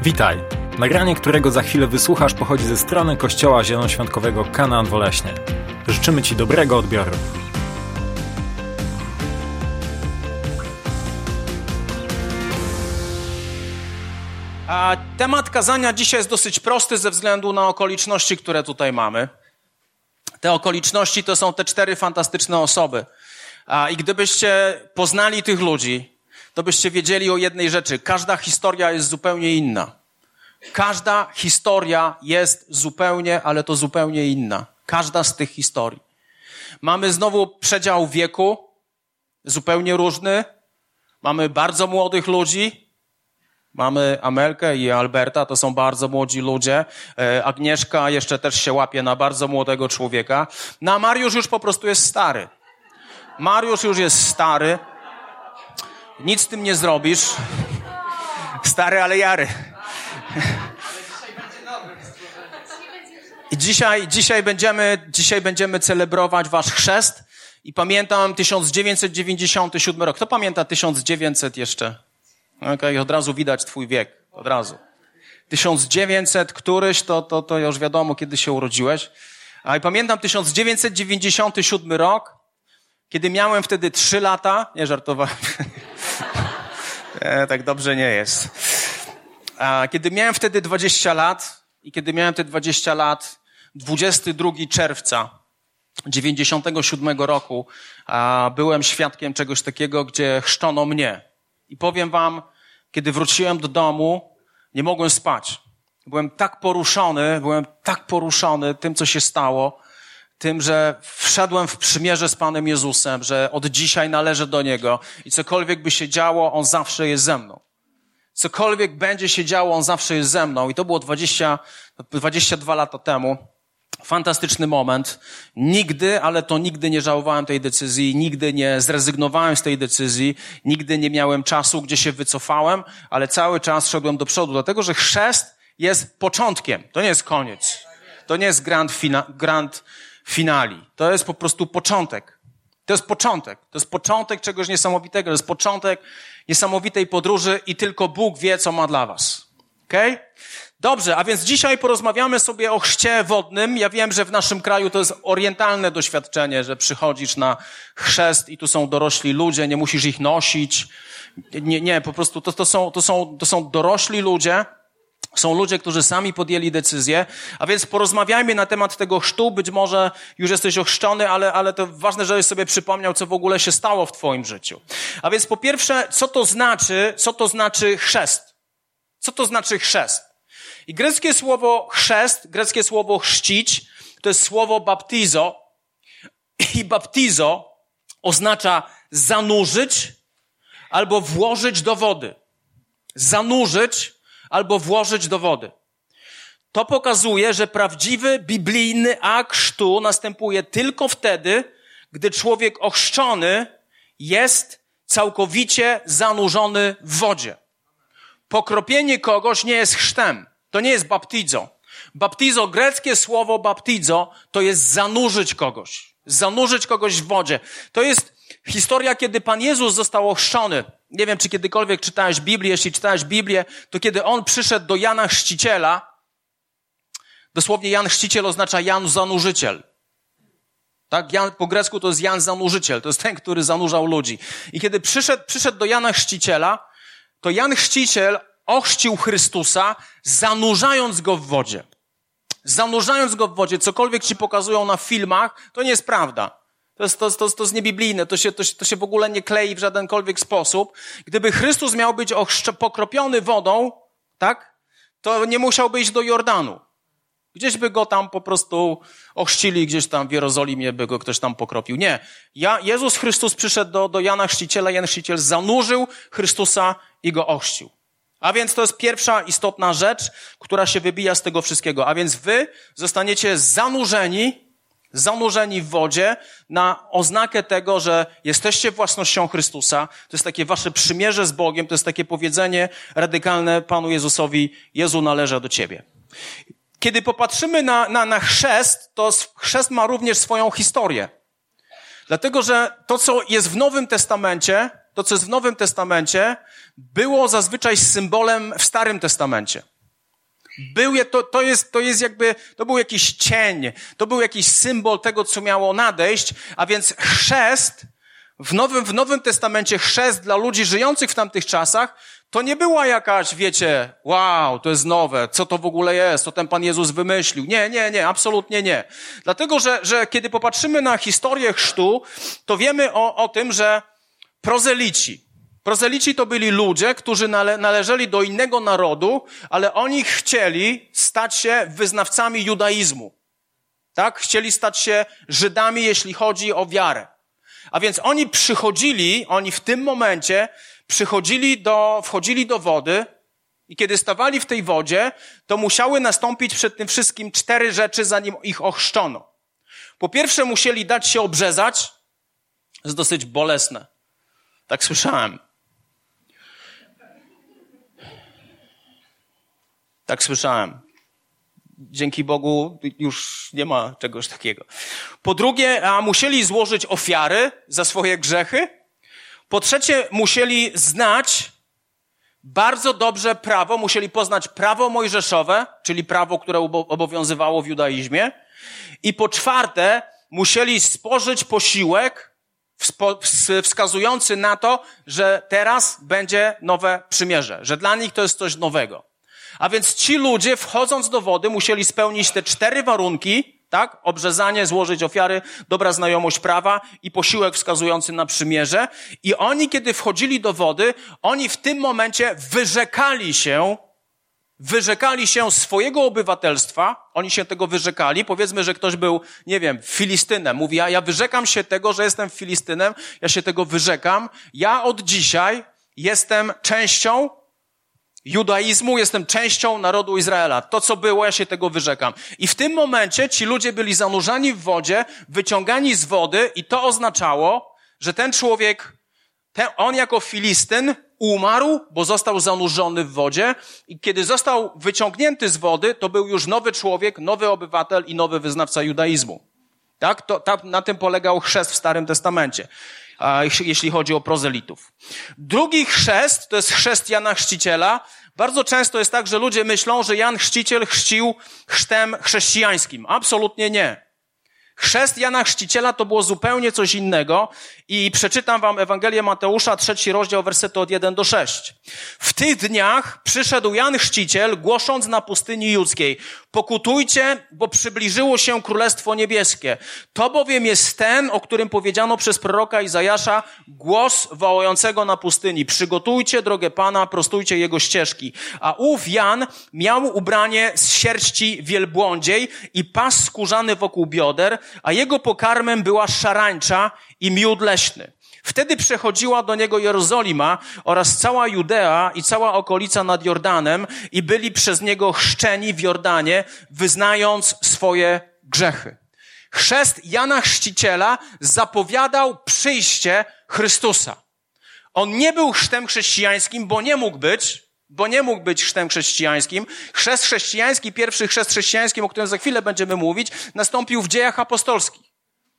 Witaj! Nagranie, którego za chwilę wysłuchasz, pochodzi ze strony Kościoła Zielonoświątkowego Kanaan Woleśnie. Życzymy Ci dobrego odbioru. Temat kazania dzisiaj jest dosyć prosty ze względu na okoliczności, które tutaj mamy. Te okoliczności to są te 4 fantastyczne osoby. I gdybyście poznali tych ludzi, to byście wiedzieli o jednej rzeczy. Każda historia jest zupełnie inna. Każda historia jest zupełnie, ale to zupełnie inna. Każda z tych historii. Mamy znowu przedział wieku, zupełnie różny. Mamy bardzo młodych ludzi. Mamy Amelkę i Alberta, to są bardzo młodzi ludzie. Agnieszka jeszcze też się łapie na bardzo młodego człowieka. No a Mariusz już po prostu jest stary. Mariusz już jest stary. Nic z tym nie zrobisz. Stary, ale jary. I dzisiaj będziemy celebrować wasz chrzest. I pamiętam 1997 rok. Kto pamięta 1900 jeszcze? Okej, od razu widać twój wiek. Od razu. 1900 któryś, to już wiadomo, kiedy się urodziłeś. A i pamiętam 1997 rok, kiedy miałem wtedy 3 lata. Nie, żartowałem. Tak dobrze nie jest. Kiedy miałem wtedy 20 lat i kiedy miałem te 20 lat, 22 czerwca 97 roku, byłem świadkiem czegoś takiego, gdzie chrzczono mnie. I powiem wam, kiedy wróciłem do domu, nie mogłem spać. Byłem tak poruszony tym, co się stało, tym, że wszedłem w przymierze z Panem Jezusem, że od dzisiaj należę do Niego i cokolwiek by się działo, On zawsze jest ze mną. Cokolwiek będzie się działo, On zawsze jest ze mną. I to było 22 lata temu. Fantastyczny moment. Nigdy, ale to nigdy nie żałowałem tej decyzji, nigdy nie zrezygnowałem z tej decyzji, nigdy nie miałem czasu, gdzie się wycofałem, ale cały czas szedłem do przodu, dlatego że chrzest jest początkiem, to nie jest koniec. To nie jest grand finale. To jest po prostu początek. To jest początek czegoś niesamowitego, to jest początek niesamowitej podróży i tylko Bóg wie, co ma dla was. Okej? Dobrze, a więc dzisiaj porozmawiamy sobie o chrzcie wodnym. Ja wiem, że w naszym kraju to jest orientalne doświadczenie, że przychodzisz na chrzest i tu są dorośli ludzie, nie musisz ich nosić. Nie, po prostu to są dorośli ludzie. Są ludzie, którzy sami podjęli decyzję, a więc porozmawiajmy na temat tego chrztu. Być może już jesteś ochrzczony, ale to ważne, żebyś sobie przypomniał, co w ogóle się stało w twoim życiu. A więc po pierwsze, co to znaczy chrzest? Co to znaczy chrzest? I greckie słowo chrzest, greckie słowo chrzcić, to jest słowo baptizo. I baptizo oznacza zanurzyć albo włożyć do wody. Zanurzyć albo włożyć do wody. To pokazuje, że prawdziwy biblijny akt chrztu następuje tylko wtedy, gdy człowiek ochrzczony jest całkowicie zanurzony w wodzie. Pokropienie kogoś nie jest chrztem. To nie jest baptizo. Baptizo, greckie słowo baptizo, to jest zanurzyć kogoś. Zanurzyć kogoś w wodzie. To jest historia, kiedy Pan Jezus został ochrzczony. Nie wiem, czy kiedykolwiek czytałeś Biblię. Jeśli czytałeś Biblię, to kiedy On przyszedł do Jana Chrzciciela, dosłownie Jan Chrzciciel oznacza Jan Zanurzyciel. Tak? Jan, po grecku to jest Jan Zanurzyciel. To jest ten, który zanurzał ludzi. I kiedy przyszedł do Jana Chrzciciela, to Jan Chrzciciel ochrzcił Chrystusa, zanurzając go w wodzie. Zanurzając go w wodzie. Cokolwiek ci pokazują na filmach, to nie jest prawda. To jest niebiblijne. To się w ogóle nie klei w żadenkolwiek sposób. Gdyby Chrystus miał być pokropiony wodą, tak? To nie musiałby iść do Jordanu. Gdzieś by go tam po prostu ochrzcili, gdzieś tam w Jerozolimie by go ktoś tam pokropił. Nie. Jezus Chrystus przyszedł do Jana Chrzciciela. Jan Chrzciciel zanurzył Chrystusa i go ochrzcił. A więc to jest pierwsza istotna rzecz, która się wybija z tego wszystkiego. A więc wy zostaniecie zanurzeni w wodzie na oznakę tego, że jesteście własnością Chrystusa. To jest takie wasze przymierze z Bogiem. To jest takie powiedzenie radykalne Panu Jezusowi: Jezu, należę do Ciebie. Kiedy popatrzymy na chrzest, to chrzest ma również swoją historię. Dlatego, że to, co jest w Nowym Testamencie, było zazwyczaj symbolem w Starym Testamencie. To był jakiś cień, to był jakiś symbol tego, co miało nadejść, a więc chrzest, w Nowym Testamencie chrzest dla ludzi żyjących w tamtych czasach, to nie była jakaś, wiecie, wow, to jest nowe, co to w ogóle jest, co ten Pan Jezus wymyślił. Nie, absolutnie nie. Dlatego, że kiedy popatrzymy na historię chrztu, to wiemy o tym, że prozelici to byli ludzie, którzy należeli do innego narodu, ale oni chcieli stać się wyznawcami judaizmu. Tak? Chcieli stać się Żydami, jeśli chodzi o wiarę. A więc oni w tym momencie wchodzili do wody i kiedy stawali w tej wodzie, to musiały nastąpić przed tym wszystkim 4 rzeczy, zanim ich ochrzczono. Po pierwsze, musieli dać się obrzezać. To jest dosyć bolesne. Tak słyszałem. Dzięki Bogu już nie ma czegoś takiego. Po drugie, musieli złożyć ofiary za swoje grzechy. Po trzecie, musieli znać bardzo dobrze prawo, musieli poznać prawo mojżeszowe, czyli prawo, które obowiązywało w judaizmie. I po czwarte, musieli spożyć posiłek wskazujący na to, że teraz będzie nowe przymierze, że dla nich to jest coś nowego. A więc ci ludzie, wchodząc do wody, musieli spełnić te 4 warunki, tak? Obrzezanie, złożyć ofiary, dobra znajomość prawa i posiłek wskazujący na przymierze. I oni, kiedy wchodzili do wody, oni w tym momencie wyrzekali się swojego obywatelstwa. Oni się tego wyrzekali. Powiedzmy, że ktoś był, nie wiem, Filistynem. Mówi, ja wyrzekam się tego, że jestem Filistynem. Ja się tego wyrzekam. Ja od dzisiaj jestem częścią judaizmu, jestem częścią narodu Izraela. To, co było, ja się tego wyrzekam. I w tym momencie ci ludzie byli zanurzani w wodzie, wyciągani z wody i to oznaczało, że ten człowiek, on jako Filistyn umarł, bo został zanurzony w wodzie i kiedy został wyciągnięty z wody, to był już nowy człowiek, nowy obywatel i nowy wyznawca judaizmu. Tak? Na tym polegał chrzest w Starym Testamencie, jeśli chodzi o prozelitów. Drugi chrzest, to jest chrzest Jana Chrzciciela. Bardzo często jest tak, że ludzie myślą, że Jan Chrzciciel chrzcił chrztem chrześcijańskim. Absolutnie nie. Chrzest Jana Chrzciciela to było zupełnie coś innego i przeczytam wam Ewangelię Mateusza, 3 rozdział, wersety od 1 do 6. W tych dniach przyszedł Jan Chrzciciel, głosząc na pustyni judzkiej: pokutujcie, bo przybliżyło się Królestwo Niebieskie. To bowiem jest ten, o którym powiedziano przez proroka Izajasza, głos wołającego na pustyni: przygotujcie drogę Pana, prostujcie Jego ścieżki. A ów Jan miał ubranie z sierści wielbłądziej i pas skórzany wokół bioder, a jego pokarmem była szarańcza i miód leśny. Wtedy przechodziła do niego Jerozolima oraz cała Judea i cała okolica nad Jordanem i byli przez niego chrzczeni w Jordanie, wyznając swoje grzechy. Chrzest Jana Chrzciciela zapowiadał przyjście Chrystusa. On nie był chrztem chrześcijańskim, bo nie mógł być chrztem chrześcijańskim. Chrzest chrześcijański, pierwszy chrzest chrześcijański, o którym za chwilę będziemy mówić, nastąpił w Dziejach Apostolskich.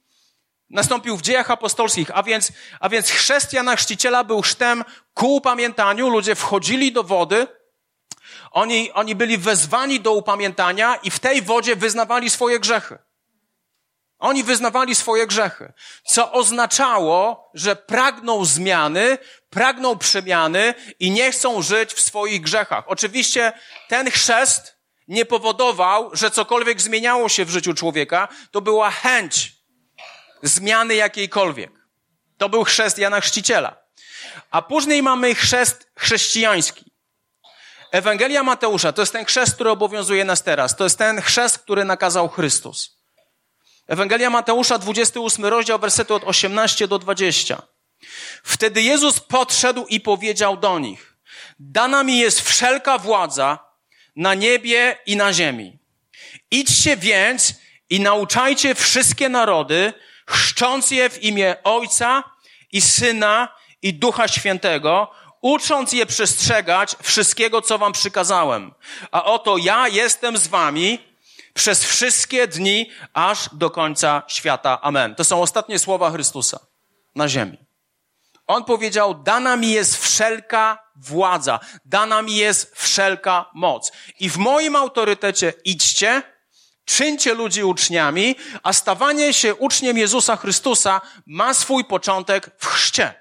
A więc chrzest Jana Chrzciciela był chrztem ku upamiętaniu. Ludzie wchodzili do wody, oni byli wezwani do upamiętania i w tej wodzie wyznawali swoje grzechy. Oni wyznawali swoje grzechy, co oznaczało, że pragną zmiany, pragną przemiany i nie chcą żyć w swoich grzechach. Oczywiście ten chrzest nie powodował, że cokolwiek zmieniało się w życiu człowieka. To była chęć zmiany jakiejkolwiek. To był chrzest Jana Chrzciciela. A później mamy chrzest chrześcijański. Ewangelia Mateusza to jest ten chrzest, który obowiązuje nas teraz. To jest ten chrzest, który nakazał Chrystus. Ewangelia Mateusza, 28 rozdział, wersety od 18 do 20. Wtedy Jezus podszedł i powiedział do nich: dana mi jest wszelka władza na niebie i na ziemi. Idźcie więc i nauczajcie wszystkie narody, chrzcząc je w imię Ojca i Syna i Ducha Świętego, ucząc je przestrzegać wszystkiego, co wam przykazałem. A oto ja jestem z wami przez wszystkie dni, aż do końca świata. Amen. To są ostatnie słowa Chrystusa na ziemi. On powiedział, dana mi jest wszelka władza, dana mi jest wszelka moc. I w moim autorytecie idźcie, czyńcie ludzi uczniami, a stawanie się uczniem Jezusa Chrystusa ma swój początek w chrzcie.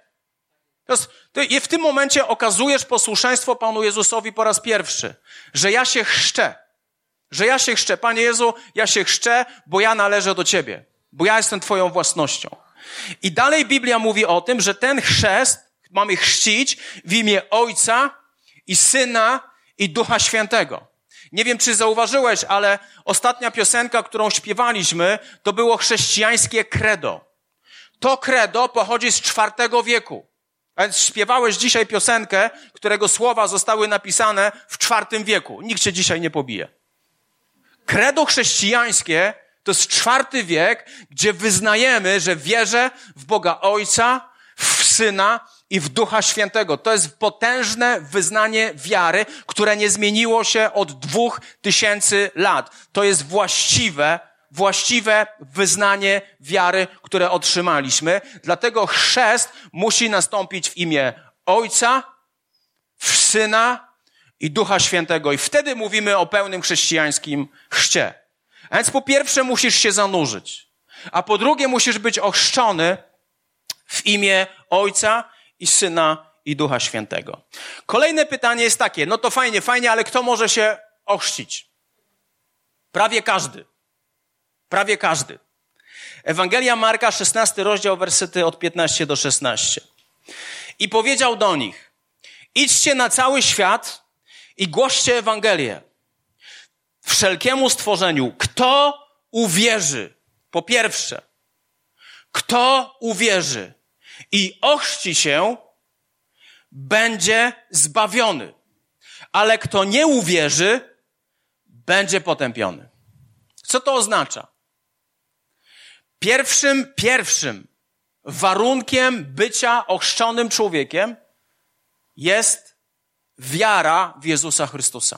Ty w tym momencie okazujesz posłuszeństwo Panu Jezusowi po raz pierwszy, że ja się chrzczę. Panie Jezu, ja się chrzczę, bo ja należę do Ciebie, bo ja jestem Twoją własnością. I dalej Biblia mówi o tym, że ten chrzest mamy chrzcić w imię Ojca i Syna i Ducha Świętego. Nie wiem, czy zauważyłeś, ale ostatnia piosenka, którą śpiewaliśmy, to było chrześcijańskie credo. To credo pochodzi z IV wieku. A więc śpiewałeś dzisiaj piosenkę, którego słowa zostały napisane w IV wieku. Nikt cię dzisiaj nie pobije. Credo chrześcijańskie to jest IV wiek, gdzie wyznajemy, że wierzę w Boga Ojca, w Syna i w Ducha Świętego. To jest potężne wyznanie wiary, które nie zmieniło się od 2000 lat. To jest właściwe wyznanie wiary, które otrzymaliśmy. Dlatego chrzest musi nastąpić w imię Ojca, w Syna i Ducha Świętego. I wtedy mówimy o pełnym chrześcijańskim chrzcie. A więc po pierwsze musisz się zanurzyć, a po drugie musisz być ochrzczony w imię Ojca i Syna i Ducha Świętego. Kolejne pytanie jest takie, no to fajnie, ale kto może się ochrzcić? Prawie każdy. Ewangelia Marka, 16 rozdział, wersety od 15 do 16. I powiedział do nich, idźcie na cały świat i głoście Ewangelię wszelkiemu stworzeniu. Kto uwierzy? Po pierwsze, kto uwierzy i ochrzci się, będzie zbawiony. Ale kto nie uwierzy, będzie potępiony. Co to oznacza? Pierwszym warunkiem bycia ochrzczonym człowiekiem jest wiara w Jezusa Chrystusa.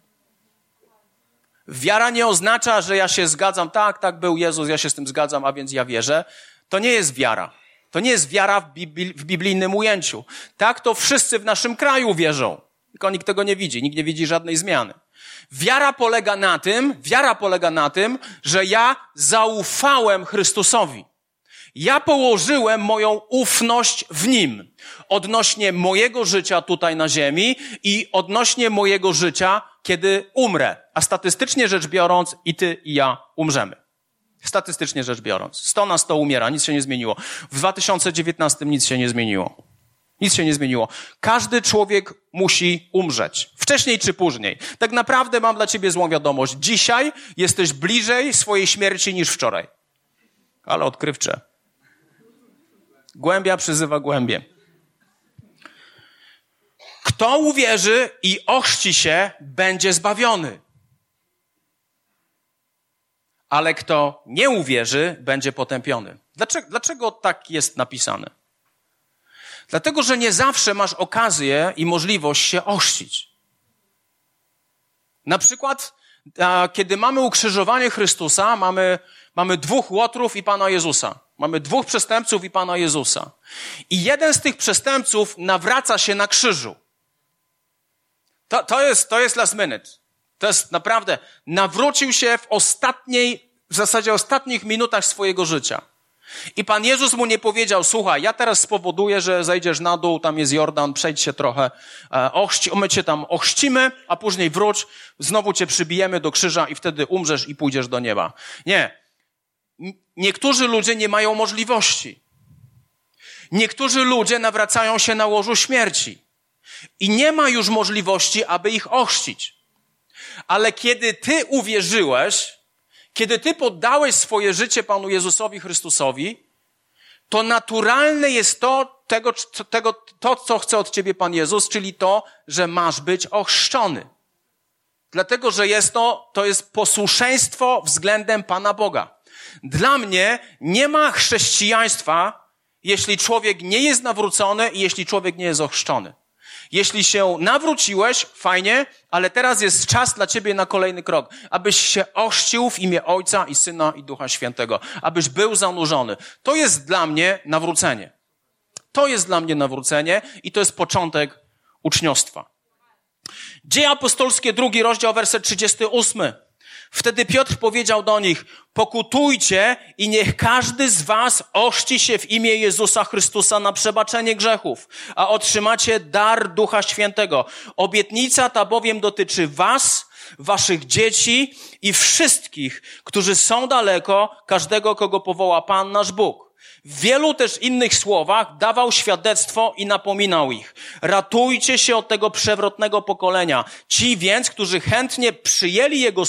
Wiara nie oznacza, że ja się zgadzam, tak był Jezus, ja się z tym zgadzam, a więc ja wierzę. To nie jest wiara. To nie jest wiara w biblijnym ujęciu. Tak to wszyscy w naszym kraju wierzą. Tylko nikt tego nie widzi, nikt nie widzi żadnej zmiany. Wiara polega na tym, że ja zaufałem Chrystusowi. Ja położyłem moją ufność w Nim odnośnie mojego życia tutaj na ziemi i odnośnie mojego życia, kiedy umrę. A statystycznie rzecz biorąc, i ty, i ja umrzemy. Statystycznie rzecz biorąc. 100 na 100 umiera, nic się nie zmieniło. W 2019 nic się nie zmieniło. Nic się nie zmieniło. Każdy człowiek musi umrzeć. Wcześniej czy później. Tak naprawdę mam dla ciebie złą wiadomość. Dzisiaj jesteś bliżej swojej śmierci niż wczoraj. Ale odkrywcze. Głębia przyzywa głębię. Kto uwierzy i ochrzci się, będzie zbawiony. Ale kto nie uwierzy, będzie potępiony. Dlaczego tak jest napisane? Dlatego, że nie zawsze masz okazję i możliwość się ochrzcić. Na przykład, kiedy mamy ukrzyżowanie Chrystusa, mamy 2 łotrów i Pana Jezusa. Mamy 2 przestępców i Pana Jezusa. I jeden z tych przestępców nawraca się na krzyżu. To jest last minute. To jest naprawdę, nawrócił się w zasadzie ostatnich minutach swojego życia. I Pan Jezus mu nie powiedział, słuchaj, ja teraz spowoduję, że zejdziesz na dół, tam jest Jordan, przejdź się trochę, my cię tam ochrzcimy, a później wróć, znowu cię przybijemy do krzyża i wtedy umrzesz i pójdziesz do nieba. Nie. Niektórzy ludzie nie mają możliwości. Niektórzy ludzie nawracają się na łożu śmierci. I nie ma już możliwości, aby ich ochrzcić. Ale kiedy ty uwierzyłeś, kiedy ty poddałeś swoje życie Panu Jezusowi Chrystusowi, to naturalne jest to, co chce od ciebie Pan Jezus, czyli to, że masz być ochrzczony. Dlatego, że to jest posłuszeństwo względem Pana Boga. Dla mnie nie ma chrześcijaństwa, jeśli człowiek nie jest nawrócony i jeśli człowiek nie jest ochrzczony. Jeśli się nawróciłeś, fajnie, ale teraz jest czas dla ciebie na kolejny krok. Abyś się ochrzcił w imię Ojca i Syna i Ducha Świętego. Abyś był zanurzony. To jest dla mnie nawrócenie. To jest dla mnie nawrócenie i to jest początek uczniostwa. Dzieje apostolskie, 2 rozdział, werset 38. Wtedy Piotr powiedział do nich, pokutujcie i niech każdy z was ochrzci się w imię Jezusa Chrystusa na przebaczenie grzechów, a otrzymacie dar Ducha Świętego. Obietnica ta bowiem dotyczy was, waszych dzieci i wszystkich, którzy są daleko, każdego, kogo powoła Pan nasz Bóg. W wielu też innych słowach dawał świadectwo i napominał ich. Ratujcie się od tego przewrotnego pokolenia. Ci więc, którzy chętnie przyjęli Jego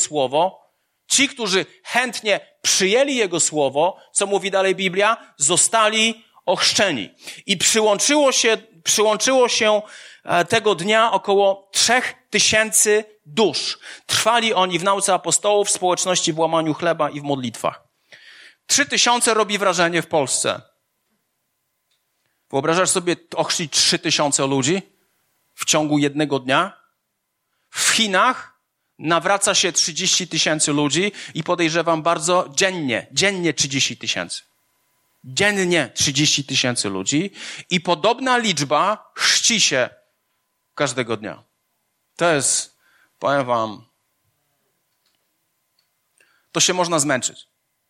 słowo, co mówi dalej Biblia, zostali ochrzczeni. I przyłączyło się tego dnia około 3000 dusz. Trwali oni w nauce apostołów, w społeczności, w łamaniu chleba i w modlitwach. 3000 robi wrażenie w Polsce. Wyobrażasz sobie ochrzcić 3000 ludzi w ciągu jednego dnia? W Chinach nawraca się 30 000 ludzi i podejrzewam bardzo dziennie 30 000. Dziennie 30 000 ludzi i podobna liczba chrzci się każdego dnia. To jest, powiem wam, to się można zmęczyć.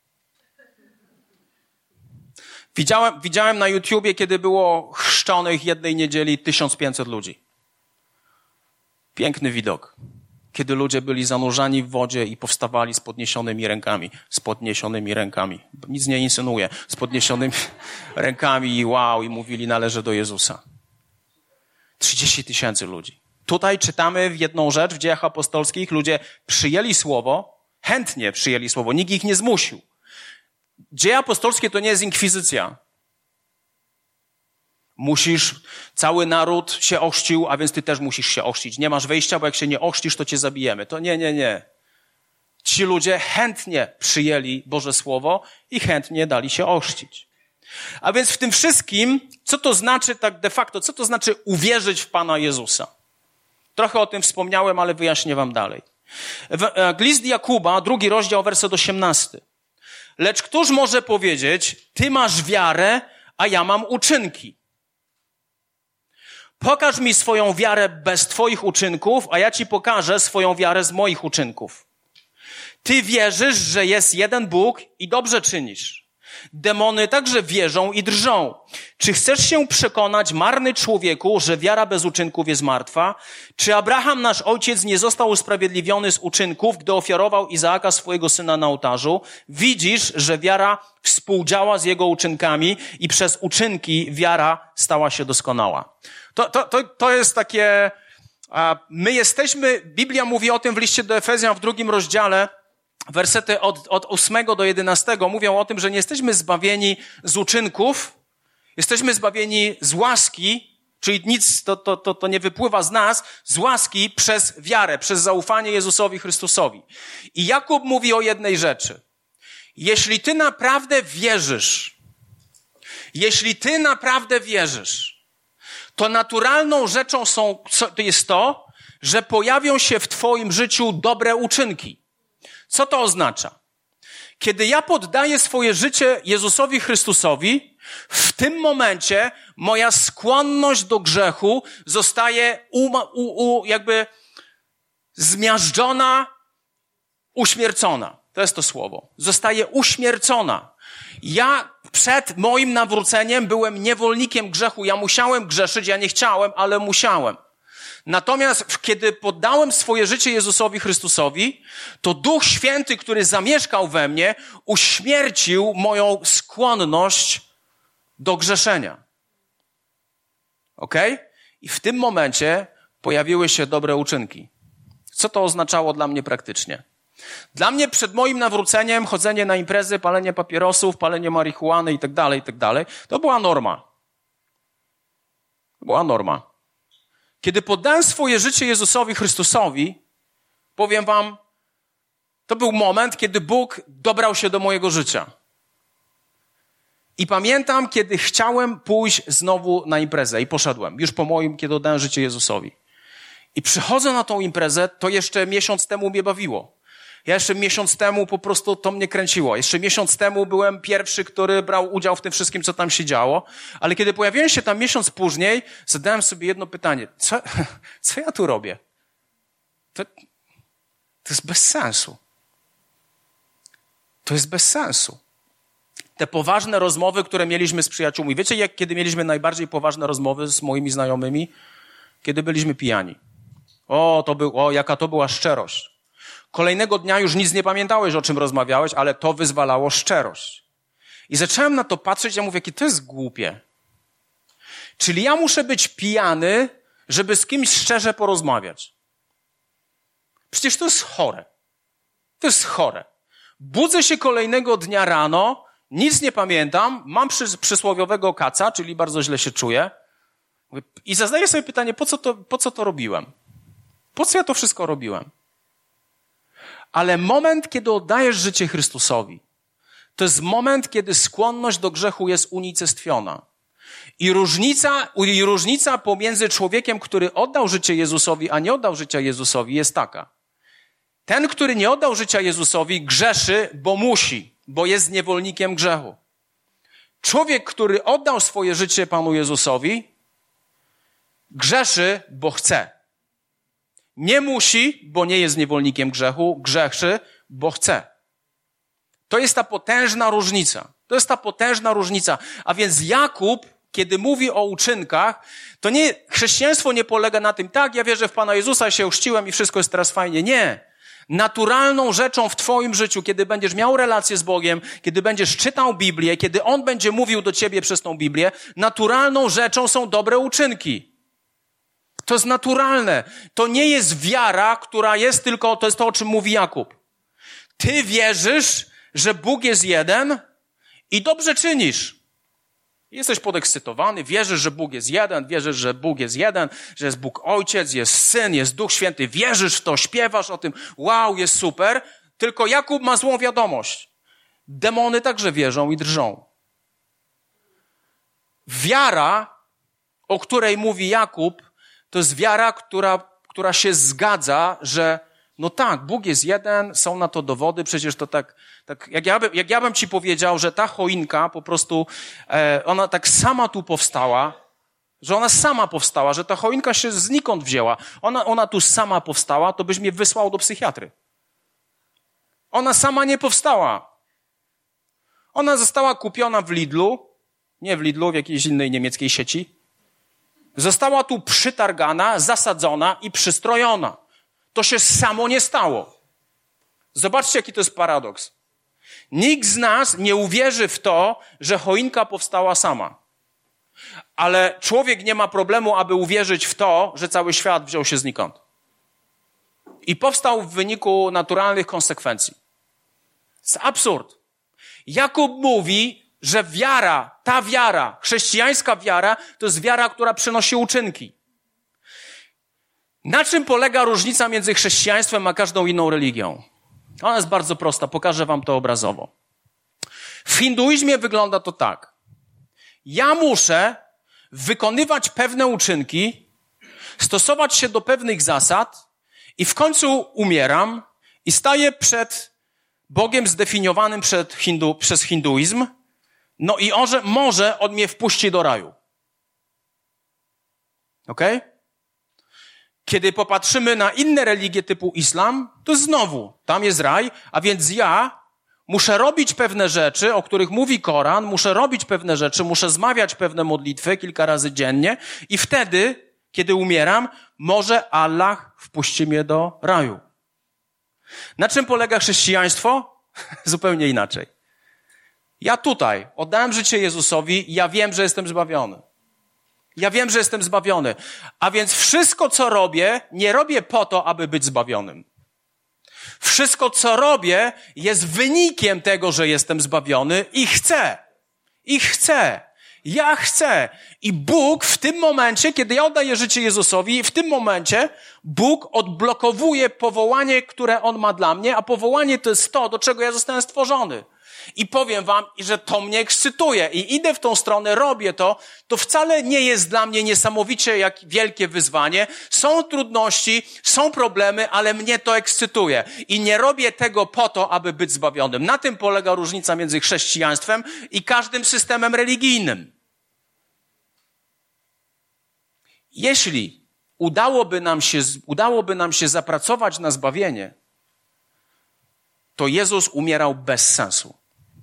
Widziałem na YouTubie, kiedy było chrzczonych jednej niedzieli 1500 ludzi. Piękny widok. Kiedy ludzie byli zanurzani w wodzie i powstawali z podniesionymi rękami. Nic nie insynuję. Z podniesionymi rękami i wow, i mówili należy do Jezusa. 30 000 ludzi. Tutaj czytamy w jedną rzecz w Dziejach Apostolskich. Ludzie przyjęli słowo, chętnie przyjęli słowo. Nikt ich nie zmusił. Dzieje apostolskie to nie jest inkwizycja. Cały naród się ochrzcił, a więc ty też musisz się ochrzcić. Nie masz wyjścia, bo jak się nie ochrzcisz, to cię zabijemy. To nie. Ci ludzie chętnie przyjęli Boże Słowo i chętnie dali się ochrzcić. A więc w tym wszystkim, co to znaczy tak de facto, co to znaczy uwierzyć w Pana Jezusa? Trochę o tym wspomniałem, ale wyjaśnię wam dalej. List Jakuba, 2 rozdział, werset 18. Lecz któż może powiedzieć, ty masz wiarę, a ja mam uczynki? Pokaż mi swoją wiarę bez twoich uczynków, a ja ci pokażę swoją wiarę z moich uczynków. Ty wierzysz, że jest jeden Bóg i dobrze czynisz. Demony także wierzą i drżą. Czy chcesz się przekonać, marny człowieku, że wiara bez uczynków jest martwa? Czy Abraham, nasz ojciec, nie został usprawiedliwiony z uczynków, gdy ofiarował Izaaka, swojego syna, na ołtarzu? Widzisz, że wiara współdziała z jego uczynkami i przez uczynki wiara stała się doskonała. To jest takie... Biblia mówi o tym w liście do Efezjan w 2 rozdziale, wersety od 8 do 11 mówią o tym, że nie jesteśmy zbawieni z uczynków, jesteśmy zbawieni z łaski, czyli nic to nie wypływa z nas, z łaski przez wiarę, przez zaufanie Jezusowi Chrystusowi. I Jakub mówi o jednej rzeczy. Jeśli ty naprawdę wierzysz, to naturalną rzeczą jest to, że pojawią się w twoim życiu dobre uczynki. Co to oznacza? Kiedy ja poddaję swoje życie Jezusowi Chrystusowi, w tym momencie moja skłonność do grzechu zostaje jakby zmiażdżona, uśmiercona. To jest to słowo. Zostaje uśmiercona. Ja przed moim nawróceniem byłem niewolnikiem grzechu. Ja musiałem grzeszyć, ja nie chciałem, ale musiałem. Natomiast kiedy poddałem swoje życie Jezusowi Chrystusowi, to Duch Święty, który zamieszkał we mnie, uśmiercił moją skłonność do grzeszenia. Okej? I w tym momencie pojawiły się dobre uczynki. Co to oznaczało dla mnie praktycznie? Dla mnie przed moim nawróceniem chodzenie na imprezy, palenie papierosów, palenie marihuany i tak dalej, to była norma. Kiedy poddałem swoje życie Jezusowi Chrystusowi, powiem wam, to był moment, kiedy Bóg dobrał się do mojego życia. I pamiętam, kiedy chciałem pójść znowu na imprezę i poszedłem, już po moim, kiedy oddałem życie Jezusowi. I przychodzę na tą imprezę, to jeszcze miesiąc temu mnie bawiło. Ja jeszcze miesiąc temu po prostu to mnie kręciło. Jeszcze miesiąc temu byłem pierwszy, który brał udział w tym wszystkim, co tam się działo. Ale kiedy pojawiłem się tam miesiąc później, zadałem sobie jedno pytanie. Co ja tu robię? To jest bez sensu. To jest bez sensu. Te poważne rozmowy, które mieliśmy z przyjaciółmi. Wiecie, kiedy mieliśmy najbardziej poważne rozmowy z moimi znajomymi? Kiedy byliśmy pijani. Jaka to była szczerość. Kolejnego dnia już nic nie pamiętałeś, o czym rozmawiałeś, ale to wyzwalało szczerość. I zacząłem na to patrzeć, ja mówię, jakie to jest głupie. Czyli ja muszę być pijany, żeby z kimś szczerze porozmawiać. Przecież to jest chore. To jest chore. Budzę się kolejnego dnia rano, nic nie pamiętam, mam przysłowiowego kaca, czyli bardzo źle się czuję. I zadaję sobie pytanie, po co to robiłem? Po co ja to wszystko robiłem? Ale moment, kiedy oddajesz życie Chrystusowi, to jest moment, kiedy skłonność do grzechu jest unicestwiona. I różnica pomiędzy człowiekiem, który oddał życie Jezusowi, a nie oddał życia Jezusowi, jest taka. Ten, który nie oddał życia Jezusowi, grzeszy, bo musi, bo jest niewolnikiem grzechu. Człowiek, który oddał swoje życie Panu Jezusowi, grzeszy, bo chce. Nie musi, bo nie jest niewolnikiem grzechu, grzeszy, bo chce. To jest ta potężna różnica. To jest ta potężna różnica. A więc Jakub, kiedy mówi o uczynkach, to chrześcijaństwo nie polega na tym, tak, ja wierzę w Pana Jezusa, się ochrzciłem i wszystko jest teraz fajnie. Nie. Naturalną rzeczą w twoim życiu, kiedy będziesz miał relację z Bogiem, kiedy będziesz czytał Biblię, kiedy On będzie mówił do ciebie przez tą Biblię, naturalną rzeczą są dobre uczynki. To jest naturalne. To nie jest wiara, która jest tylko, to jest to, o czym mówi Jakub. Ty wierzysz, że Bóg jest jeden i dobrze czynisz. Jesteś podekscytowany, wierzysz, że Bóg jest jeden, wierzysz, że Bóg jest jeden, że jest Bóg Ojciec, jest Syn, jest Duch Święty, wierzysz w to, śpiewasz o tym, wow, jest super, tylko Jakub ma złą wiadomość. Demony także wierzą i drżą. Wiara, o której mówi Jakub, to jest wiara, która się zgadza, że no tak, Bóg jest jeden, są na to dowody, przecież to tak jak ja bym ci powiedział, że ta choinka po prostu, ona tak sama tu powstała, że ta choinka się znikąd wzięła, ona tu sama powstała, to byś mnie wysłał do psychiatry. Ona sama nie powstała. Ona została kupiona w Lidlu, nie w Lidlu, w jakiejś innej niemieckiej sieci. Została tu przytargana, zasadzona i przystrojona. To się samo nie stało. Zobaczcie, jaki to jest paradoks. Nikt z nas nie uwierzy w to, że choinka powstała sama. Ale człowiek nie ma problemu, aby uwierzyć w to, że cały świat wziął się znikąd. I powstał w wyniku naturalnych konsekwencji. To jest absurd. Jakub mówi, że ta wiara, chrześcijańska wiara, to jest wiara, która przynosi uczynki. Na czym polega różnica między chrześcijaństwem a każdą inną religią? Ona jest bardzo prosta, pokażę wam to obrazowo. W hinduizmie wygląda to tak. Ja muszę wykonywać pewne uczynki, stosować się do pewnych zasad i w końcu umieram i staję przed Bogiem zdefiniowanym przez hinduizm, no i może On mnie wpuści do raju. Okej? Kiedy popatrzymy na inne religie typu islam, to znowu, tam jest raj, a więc ja muszę robić pewne rzeczy, o których mówi Koran, muszę robić pewne rzeczy, muszę zmawiać pewne modlitwy kilka razy dziennie i wtedy, kiedy umieram, może Allah wpuści mnie do raju. Na czym polega chrześcijaństwo? Zupełnie inaczej. Ja tutaj oddałem życie Jezusowi i ja wiem, że jestem zbawiony. Ja wiem, że jestem zbawiony. A więc wszystko, co robię, nie robię po to, aby być zbawionym. Wszystko, co robię, jest wynikiem tego, że jestem zbawiony i chcę. Ja chcę. I Bóg w tym momencie, kiedy ja oddaję życie Jezusowi, w tym momencie Bóg odblokowuje powołanie, które On ma dla mnie, a powołanie to jest to, do czego ja zostałem stworzony. I powiem wam, że to mnie ekscytuje i idę w tą stronę, robię to. To wcale nie jest dla mnie niesamowicie jak wielkie wyzwanie. Są trudności, są problemy, ale mnie to ekscytuje. I nie robię tego po to, aby być zbawionym. Na tym polega różnica między chrześcijaństwem i każdym systemem religijnym. Jeśli udałoby nam się zapracować na zbawienie, to Jezus umierał bez sensu.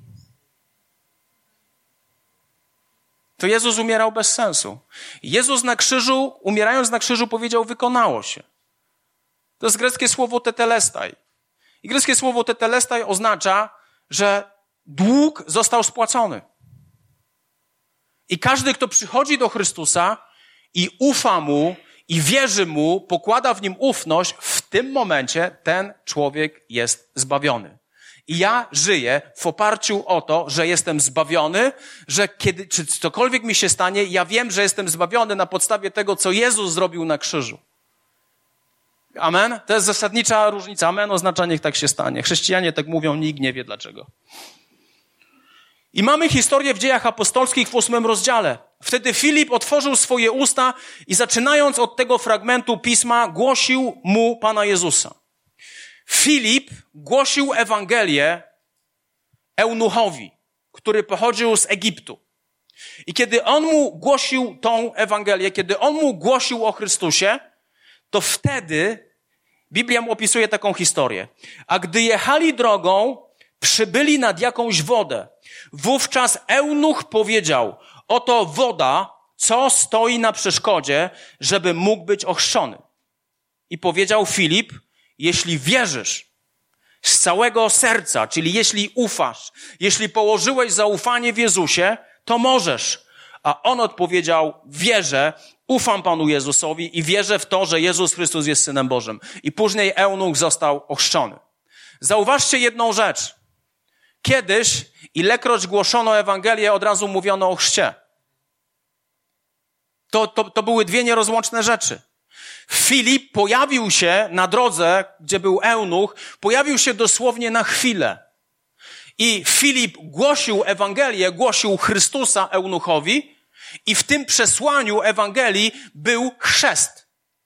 To Jezus umierał bez sensu. Jezus na krzyżu, umierając na krzyżu, powiedział, wykonało się. To jest greckie słowo tetelestai. I greckie słowo tetelestai oznacza, że dług został spłacony. I każdy, kto przychodzi do Chrystusa i ufa Mu, i wierzy Mu, pokłada w Nim ufność, w tym momencie ten człowiek jest zbawiony. I ja żyję w oparciu o to, że jestem zbawiony, że czy cokolwiek mi się stanie, ja wiem, że jestem zbawiony na podstawie tego, co Jezus zrobił na krzyżu. Amen? To jest zasadnicza różnica. Amen oznacza, niech tak się stanie. Chrześcijanie tak mówią, nikt nie wie dlaczego. I mamy historię w Dziejach Apostolskich w 8 rozdziale. Wtedy Filip otworzył swoje usta i zaczynając od tego fragmentu pisma, głosił mu Pana Jezusa. Filip głosił Ewangelię eunuchowi, który pochodził z Egiptu. I kiedy on mu głosił tą Ewangelię, kiedy on mu głosił o Chrystusie, to wtedy Biblia mu opisuje taką historię. A gdy jechali drogą, przybyli nad jakąś wodę. Wówczas eunuch powiedział, oto woda, co stoi na przeszkodzie, żeby mógł być ochrzczony. I powiedział Filip, jeśli wierzysz z całego serca, czyli jeśli ufasz, jeśli położyłeś zaufanie w Jezusie, to możesz. A on odpowiedział, wierzę, ufam Panu Jezusowi i wierzę w to, że Jezus Chrystus jest Synem Bożym. I później eunuch został ochrzczony. Zauważcie jedną rzecz. Kiedyś, ilekroć głoszono Ewangelię, od razu mówiono o chrzcie. To były dwie nierozłączne rzeczy. Filip pojawił się na drodze, gdzie był eunuch, pojawił się dosłownie na chwilę. I Filip głosił Ewangelię, głosił Chrystusa eunuchowi i w tym przesłaniu Ewangelii był chrzest.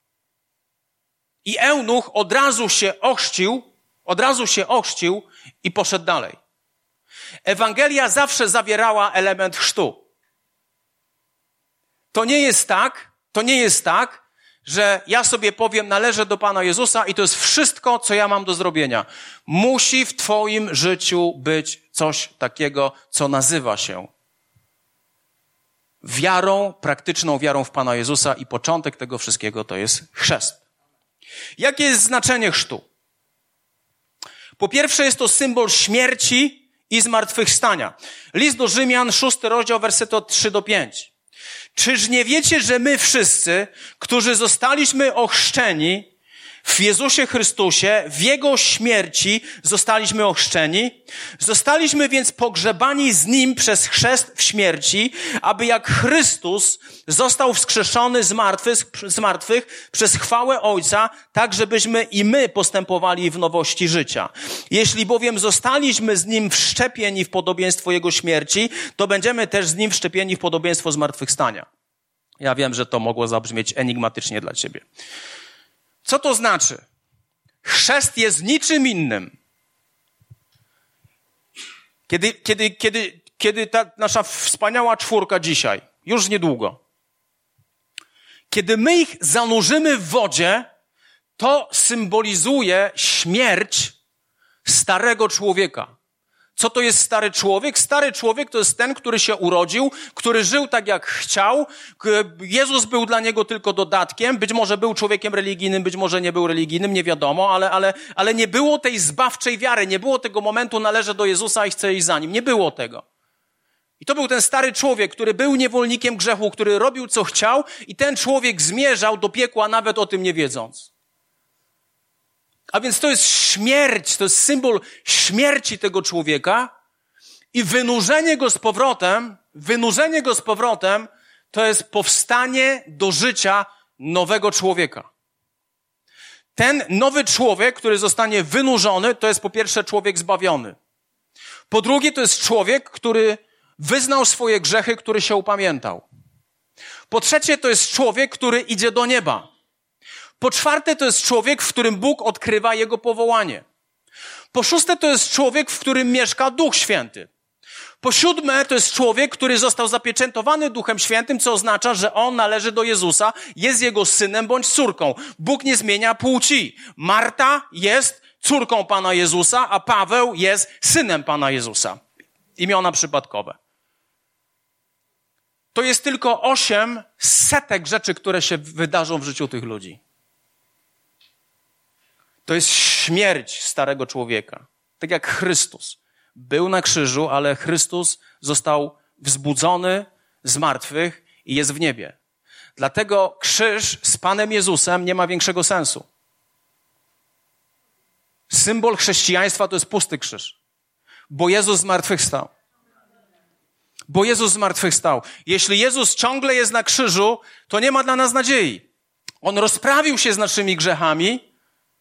I eunuch od razu się ochrzcił i poszedł dalej. Ewangelia zawsze zawierała element chrztu. To nie jest tak, że ja sobie powiem, należę do Pana Jezusa i to jest wszystko, co ja mam do zrobienia. Musi w twoim życiu być coś takiego, co nazywa się wiarą, praktyczną wiarą w Pana Jezusa i początek tego wszystkiego to jest chrzest. Jakie jest znaczenie chrztu? Po pierwsze jest to symbol śmierci i zmartwychwstania. List do Rzymian, 6 rozdział, wersety od 3-5. Czyż nie wiecie, że my wszyscy, którzy zostaliśmy ochrzczeni w Jezusie Chrystusie, w Jego śmierci zostaliśmy ochrzczeni? Zostaliśmy więc pogrzebani z Nim przez chrzest w śmierci, aby jak Chrystus został wskrzeszony z martwych przez chwałę Ojca, tak żebyśmy i my postępowali w nowości życia. Jeśli bowiem zostaliśmy z Nim wszczepieni w podobieństwo Jego śmierci, to będziemy też z Nim wszczepieni w podobieństwo zmartwychwstania. Ja wiem, że to mogło zabrzmieć enigmatycznie dla ciebie. Co to znaczy? Chrzest jest niczym innym. Kiedy ta nasza wspaniała czwórka dzisiaj, już niedługo, kiedy my ich zanurzymy w wodzie, to symbolizuje śmierć starego człowieka. Co to jest stary człowiek? Stary człowiek to jest ten, który się urodził, który żył tak jak chciał. Jezus był dla niego tylko dodatkiem. Być może był człowiekiem religijnym, być może nie był religijnym, nie wiadomo, ale nie było tej zbawczej wiary. Nie było tego momentu, należę do Jezusa i chcę iść za Nim. Nie było tego. I to był ten stary człowiek, który był niewolnikiem grzechu, który robił co chciał i ten człowiek zmierzał do piekła nawet o tym nie wiedząc. A więc to jest śmierć, to jest symbol śmierci tego człowieka i wynurzenie go z powrotem to jest powstanie do życia nowego człowieka. Ten nowy człowiek, który zostanie wynurzony, to jest po pierwsze człowiek zbawiony. Po drugie, to jest człowiek, który wyznał swoje grzechy, który się upamiętał. Po trzecie, to jest człowiek, który idzie do nieba. Po czwarte, to jest człowiek, w którym Bóg odkrywa jego powołanie. Po szóste, to jest człowiek, w którym mieszka Duch Święty. Po siódme, to jest człowiek, który został zapieczętowany Duchem Świętym, co oznacza, że on należy do Jezusa, jest jego synem bądź córką. Bóg nie zmienia płci. Marta jest córką Pana Jezusa, a Paweł jest synem Pana Jezusa. Imiona przypadkowe. To jest tylko 8 setek rzeczy, które się wydarzą w życiu tych ludzi. To jest śmierć starego człowieka. Tak jak Chrystus. Był na krzyżu, ale Chrystus został wzbudzony z martwych i jest w niebie. Dlatego krzyż z Panem Jezusem nie ma większego sensu. Symbol chrześcijaństwa to jest pusty krzyż. Bo Jezus zmartwychwstał. Bo Jezus zmartwychwstał. Jeśli Jezus ciągle jest na krzyżu, to nie ma dla nas nadziei. On rozprawił się z naszymi grzechami.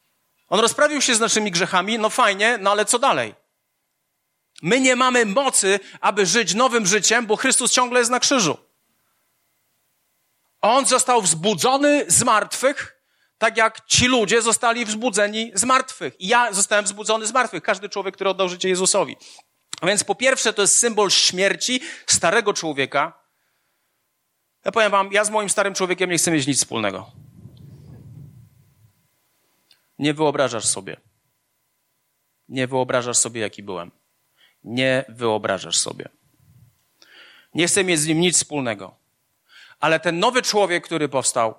No fajnie, no ale co dalej? My nie mamy mocy, aby żyć nowym życiem, bo Chrystus ciągle jest na krzyżu. On został wzbudzony z martwych, tak jak ci ludzie zostali wzbudzeni z martwych. I ja zostałem wzbudzony z martwych. Każdy człowiek, który oddał życie Jezusowi. A więc po pierwsze to jest symbol śmierci starego człowieka. Ja powiem wam, ja z moim starym człowiekiem nie chcę mieć nic wspólnego. Nie wyobrażasz sobie. Nie wyobrażasz sobie, jaki byłem. Nie wyobrażasz sobie. Nie chcę mieć z nim nic wspólnego. Ale ten nowy człowiek, który powstał,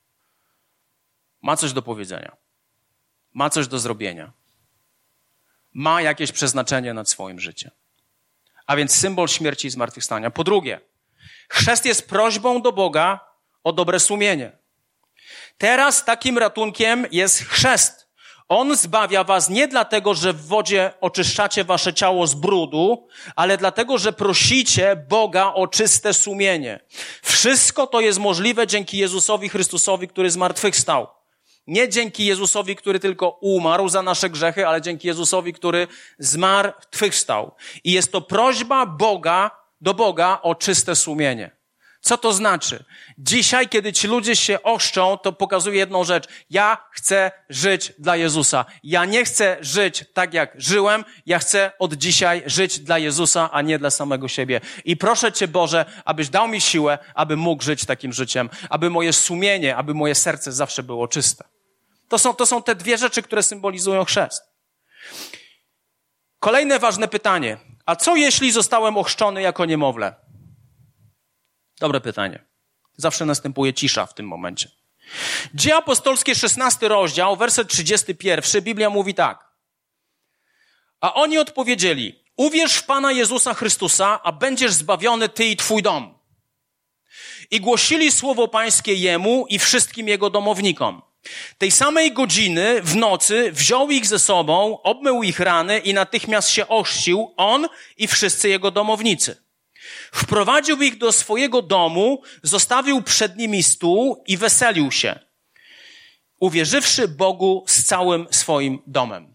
ma coś do powiedzenia. Ma coś do zrobienia. Ma jakieś przeznaczenie nad swoim życiem. A więc symbol śmierci i zmartwychwstania. Po drugie, chrzest jest prośbą do Boga o dobre sumienie. Teraz takim ratunkiem jest chrzest. On zbawia was nie dlatego, że w wodzie oczyszczacie wasze ciało z brudu, ale dlatego, że prosicie Boga o czyste sumienie. Wszystko to jest możliwe dzięki Jezusowi Chrystusowi, który zmartwychwstał. Nie dzięki Jezusowi, który tylko umarł za nasze grzechy, ale dzięki Jezusowi, który zmartwychwstał. I jest to prośba do Boga o czyste sumienie. Co to znaczy? Dzisiaj, kiedy ci ludzie się ochrzczą, to pokazuje jedną rzecz. Ja chcę żyć dla Jezusa. Ja nie chcę żyć tak, jak żyłem. Ja chcę od dzisiaj żyć dla Jezusa, a nie dla samego siebie. I proszę Cię, Boże, abyś dał mi siłę, aby mógł żyć takim życiem. Aby moje sumienie, aby moje serce zawsze było czyste. To są te dwie rzeczy, które symbolizują chrzest. Kolejne ważne pytanie. A co jeśli zostałem ochrzczony jako niemowlę? Dobre pytanie. Zawsze następuje cisza w tym momencie. Dzieje apostolskie, 16 rozdział, werset 31, Biblia mówi tak. A oni odpowiedzieli, uwierz w Pana Jezusa Chrystusa, a będziesz zbawiony ty i twój dom. I głosili słowo pańskie jemu i wszystkim jego domownikom. Tej samej godziny w nocy wziął ich ze sobą, obmył ich rany i natychmiast się ochrzcił on i wszyscy jego domownicy. Wprowadził ich do swojego domu, zostawił przed nimi stół i weselił się, uwierzywszy Bogu z całym swoim domem.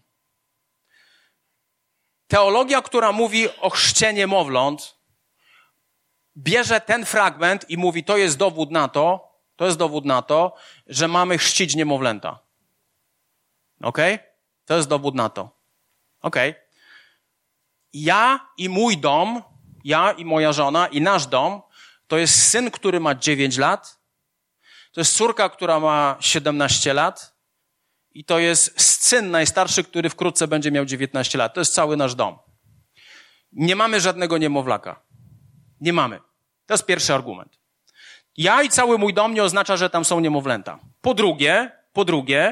Teologia, która mówi o chrzcie niemowląt, bierze ten fragment i mówi, to jest dowód na to, że mamy chrzcić niemowlęta. Okej? To jest dowód na to. Okej. Ja i mój dom, ja i moja żona i nasz dom, to jest syn, który ma 9 lat, to jest córka, która ma 17 lat i to jest syn najstarszy, który wkrótce będzie miał 19 lat. To jest cały nasz dom. Nie mamy żadnego niemowlaka. Nie mamy. To jest pierwszy argument. Ja i cały mój dom nie oznacza, że tam są niemowlęta. Po drugie,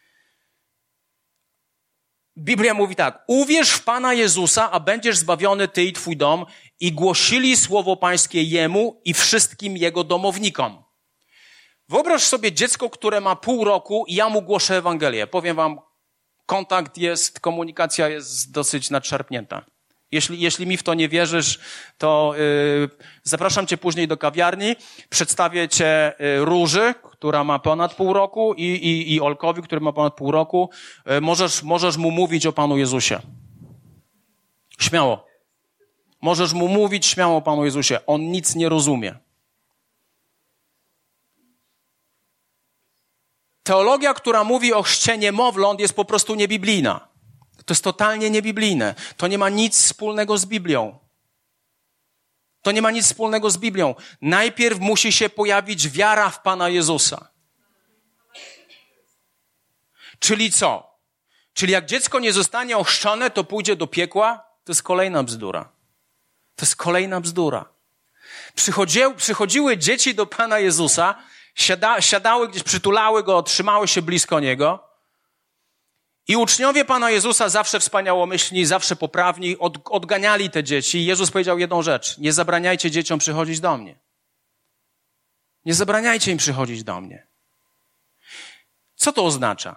Biblia mówi tak, uwierz w Pana Jezusa, a będziesz zbawiony ty i twój dom. I głosili słowo pańskie jemu i wszystkim jego domownikom. Wyobraź sobie dziecko, które ma pół roku i ja mu głoszę Ewangelię. Powiem wam, komunikacja jest dosyć nadszarpnięta. Jeśli mi w to nie wierzysz, to zapraszam cię później do kawiarni, przedstawię cię Róży, która ma ponad pół roku i Olkowi, który ma ponad pół roku. Możesz mu mówić o Panu Jezusie. Śmiało. Możesz mu mówić śmiało, Panu Jezusie. On nic nie rozumie. Teologia, która mówi o chrzcie niemowląt, jest po prostu niebiblijna. To jest totalnie niebiblijne. To nie ma nic wspólnego z Biblią. To nie ma nic wspólnego z Biblią. Najpierw musi się pojawić wiara w Pana Jezusa. Czyli co? Czyli jak dziecko nie zostanie ochrzczone, to pójdzie do piekła? To jest kolejna bzdura. To jest kolejna bzdura. Przychodziły dzieci do Pana Jezusa, siadały gdzieś, przytulały Go, trzymały się blisko Niego i uczniowie Pana Jezusa, zawsze wspaniałomyślni, zawsze poprawni, odganiali te dzieci i Jezus powiedział jedną rzecz: nie zabraniajcie dzieciom przychodzić do mnie. Nie zabraniajcie im przychodzić do mnie. Co to oznacza?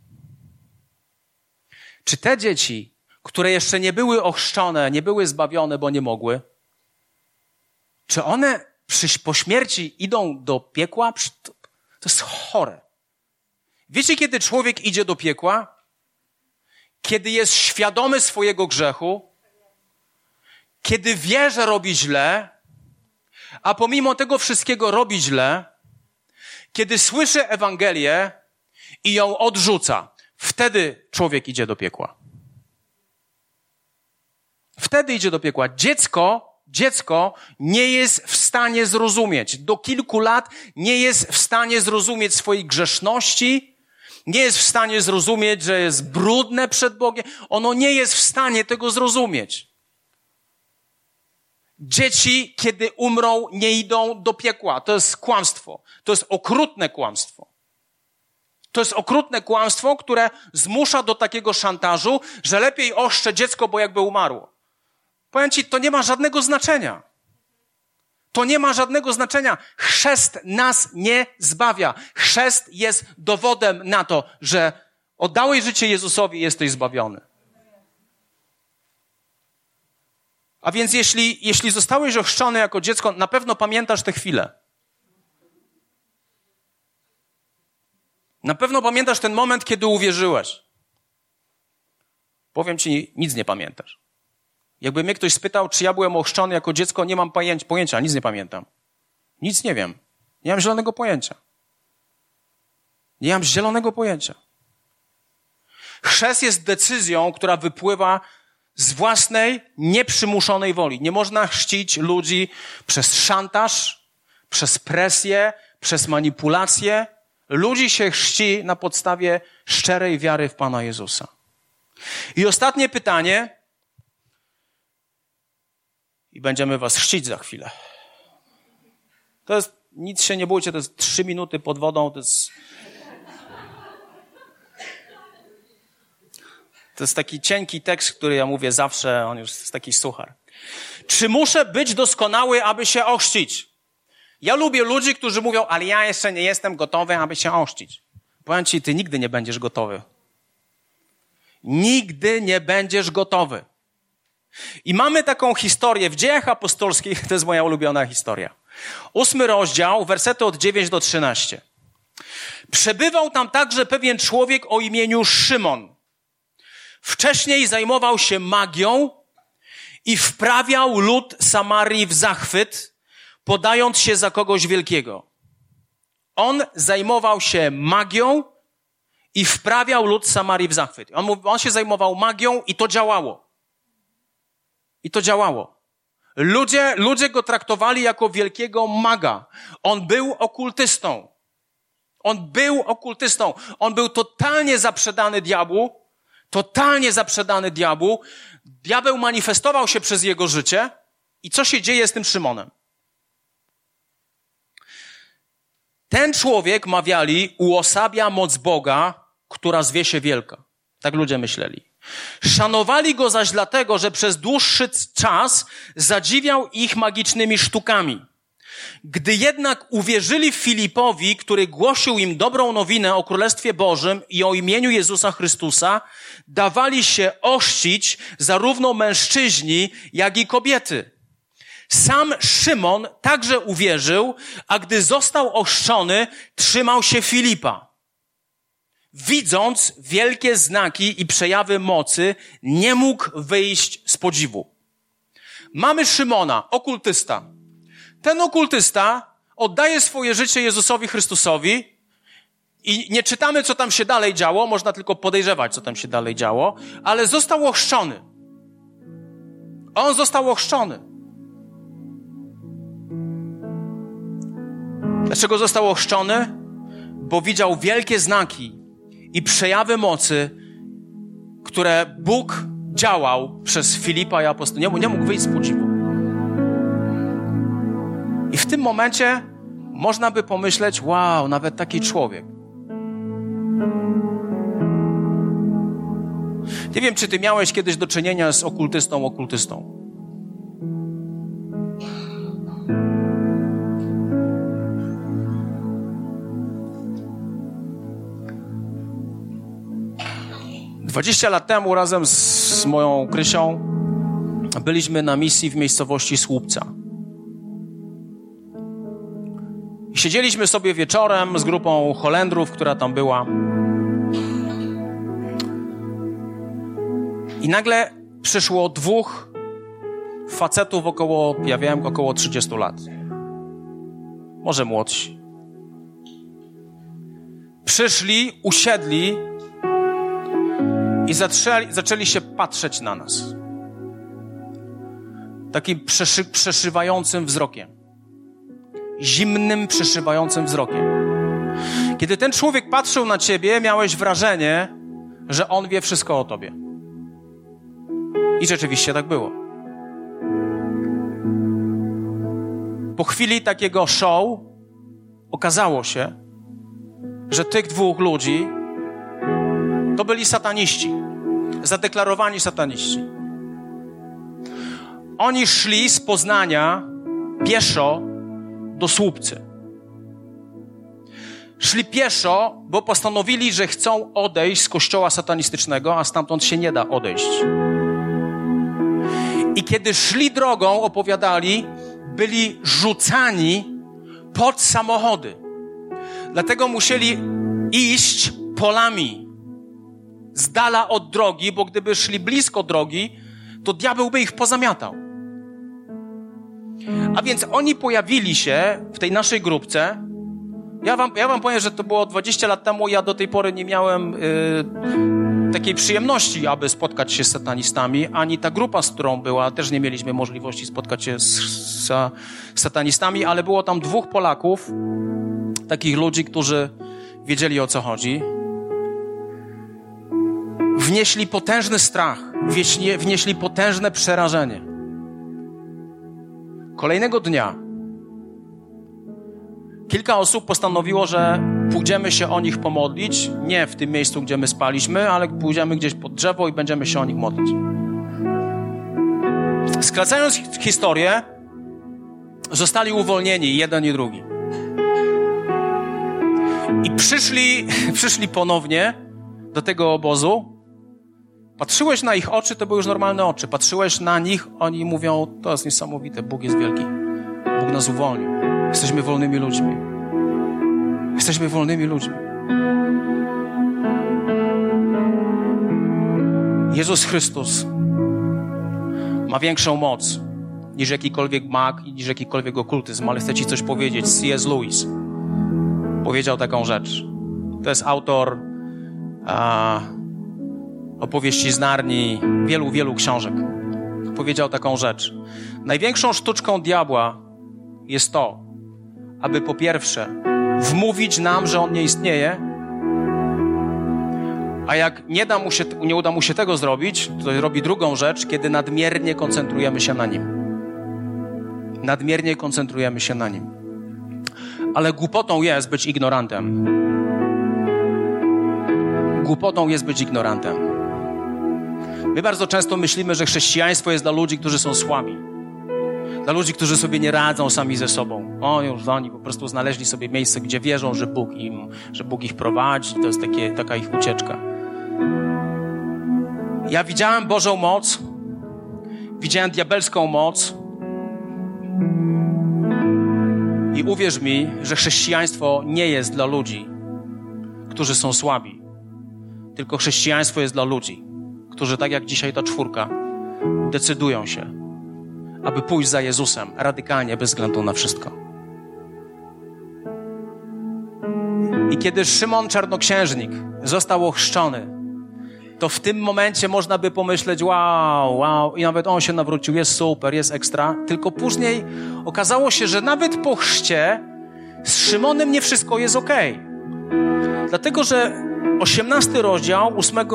Czy te dzieci, które jeszcze nie były ochrzczone, nie były zbawione, bo nie mogły, czy one po śmierci idą do piekła? To jest chore. Wiecie, kiedy człowiek idzie do piekła? Kiedy jest świadomy swojego grzechu, kiedy wie, że robi źle, a pomimo tego wszystkiego robi źle, kiedy słyszy Ewangelię i ją odrzuca, wtedy człowiek idzie do piekła. Wtedy idzie do piekła. Dziecko nie jest w stanie zrozumieć. Do kilku lat nie jest w stanie zrozumieć swojej grzeszności, nie jest w stanie zrozumieć, że jest brudne przed Bogiem. Ono nie jest w stanie tego zrozumieć. Dzieci, kiedy umrą, nie idą do piekła. To jest kłamstwo. To jest okrutne kłamstwo. To jest okrutne kłamstwo, które zmusza do takiego szantażu, że lepiej ochrzczę dziecko, bo jakby umarło. Powiem ci, to nie ma żadnego znaczenia. To nie ma żadnego znaczenia. Chrzest nas nie zbawia. Chrzest jest dowodem na to, że oddałeś życie Jezusowi i jesteś zbawiony. A więc jeśli zostałeś ochrzczony jako dziecko, na pewno pamiętasz tę chwilę. Na pewno pamiętasz ten moment, kiedy uwierzyłeś. Powiem ci, nic nie pamiętasz. Jakby mnie ktoś spytał, czy ja byłem ochrzczony jako dziecko, nie mam pojęcia, nic nie pamiętam. Nic nie wiem. Nie mam zielonego pojęcia. Nie mam zielonego pojęcia. Chrzest jest decyzją, która wypływa z własnej, nieprzymuszonej woli. Nie można chrzcić ludzi przez szantaż, przez presję, przez manipulację. Ludzi się chrzci na podstawie szczerej wiary w Pana Jezusa. I ostatnie pytanie. I będziemy was chrzcić za chwilę. To jest, nic się nie bójcie, to jest 3 minuty pod wodą, to jest taki cienki tekst, który ja mówię zawsze, on już jest taki suchar. Czy muszę być doskonały, aby się ochrzcić? Ja lubię ludzi, którzy mówią, ale ja jeszcze nie jestem gotowy, aby się ochrzcić. Powiem ci, ty nigdy nie będziesz gotowy. Nigdy nie będziesz gotowy. I mamy taką historię w Dziejach Apostolskich, to jest moja ulubiona historia. 8 rozdział, wersety od 9 do 13. Przebywał tam także pewien człowiek o imieniu Szymon. Wcześniej zajmował się magią i wprawiał lud Samarii w zachwyt, podając się za kogoś wielkiego. On zajmował się magią i wprawiał lud Samarii w zachwyt. On się zajmował magią i to działało. I to działało. Ludzie go traktowali jako wielkiego maga. On był okultystą. On był totalnie zaprzedany diabłu. Diabeł manifestował się przez jego życie. I co się dzieje z tym Szymonem? Ten człowiek, mawiali, uosabia moc Boga, która zwie się wielka. Tak ludzie myśleli. Szanowali go zaś dlatego, że przez dłuższy czas zadziwiał ich magicznymi sztukami. Gdy jednak uwierzyli Filipowi, który głosił im dobrą nowinę o Królestwie Bożym i o imieniu Jezusa Chrystusa, dawali się ochrzcić zarówno mężczyźni, jak i kobiety. Sam Szymon także uwierzył, a gdy został ochrzczony, trzymał się Filipa. widząc wielkie znaki i przejawy mocy, nie mógł wyjść z podziwu. Mamy Szymona, okultysta. Ten okultysta oddaje swoje życie Jezusowi Chrystusowi i nie czytamy, co tam się dalej działo, można tylko podejrzewać, co tam się dalej działo, ale został ochrzczony. On został ochrzczony. Dlaczego został ochrzczony? Bo widział wielkie znaki i przejawy mocy, które Bóg działał przez Filipa i apostołów. Nie mógł wyjść z podziwu. I w tym momencie można by pomyśleć, wow, nawet taki człowiek. Nie wiem, czy ty miałeś kiedyś do czynienia z okultystą. Dwadzieścia lat temu razem z moją Krysią byliśmy na misji w miejscowości Słupca. Siedzieliśmy sobie wieczorem z grupą Holendrów, która tam była. I nagle przyszło 2 facetów około 30 lat. Może młodsi. Przyszli, usiedli i zaczęli się patrzeć na nas. Takim przeszywającym wzrokiem. Zimnym, przeszywającym wzrokiem. Kiedy ten człowiek patrzył na ciebie, miałeś wrażenie, że on wie wszystko o tobie. I rzeczywiście tak było. Po chwili takiego show okazało się, że tych 2 ludzi to byli sataniści. Zadeklarowani sataniści. Oni szli z Poznania pieszo do Słupcy. Szli pieszo, bo postanowili, że chcą odejść z kościoła satanistycznego, a stamtąd się nie da odejść. I kiedy szli drogą, opowiadali, byli rzucani pod samochody. Dlatego musieli iść polami z dala od drogi, bo gdyby szli blisko drogi, to diabeł by ich pozamiatał. A więc oni pojawili się w tej naszej grupce. Ja wam powiem, że to było 20 lat temu. Ja do tej pory nie miałem takiej przyjemności, aby spotkać się z satanistami. Ani ta grupa, z którą była, też nie mieliśmy możliwości spotkać się z satanistami, ale było tam 2 Polaków, takich ludzi, którzy wiedzieli, o co chodzi. Wnieśli potężny strach, wnieśli potężne przerażenie. Kolejnego dnia kilka osób postanowiło, że pójdziemy się o nich pomodlić, nie w tym miejscu, gdzie my spaliśmy, ale pójdziemy gdzieś pod drzewo i będziemy się o nich modlić. Skracając historię, zostali uwolnieni jeden i drugi. I przyszli ponownie do tego obozu. Patrzyłeś na ich oczy, to były już normalne oczy. Patrzyłeś na nich, oni mówią, to jest niesamowite, Bóg jest wielki. Bóg nas uwolnił. Jesteśmy wolnymi ludźmi. Jesteśmy wolnymi ludźmi. Jezus Chrystus ma większą moc niż jakikolwiek mag i niż jakikolwiek okultyzm, ale chcę ci coś powiedzieć. C.S. Lewis powiedział taką rzecz. To jest autor opowieści z Narni, wielu książek. Powiedział taką rzecz. Największą sztuczką diabła jest to, aby po pierwsze wmówić nam, że on nie istnieje, a jak nie uda mu się tego zrobić, to robi drugą rzecz, kiedy nadmiernie koncentrujemy się na nim. Nadmiernie koncentrujemy się na nim. Ale głupotą jest być ignorantem. Głupotą jest być ignorantem. My bardzo często myślimy, że chrześcijaństwo jest dla ludzi, którzy są słabi. Dla ludzi, którzy sobie nie radzą sami ze sobą. Oni po prostu znaleźli sobie miejsce, gdzie wierzą, że Bóg ich prowadzi. To jest taka ich ucieczka. Ja widziałem Bożą moc, widziałem diabelską moc i uwierz mi, że chrześcijaństwo nie jest dla ludzi, którzy są słabi. Tylko chrześcijaństwo jest dla ludzi, którzy tak jak dzisiaj ta 4 decydują się, aby pójść za Jezusem radykalnie, bez względu na wszystko. I kiedy Szymon Czarnoksiężnik został ochrzczony, to w tym momencie można by pomyśleć, wow, i nawet on się nawrócił, jest super, jest ekstra. Tylko później okazało się, że nawet po chrzcie z Szymonem nie wszystko jest okej. Dlatego, że 18 rozdział,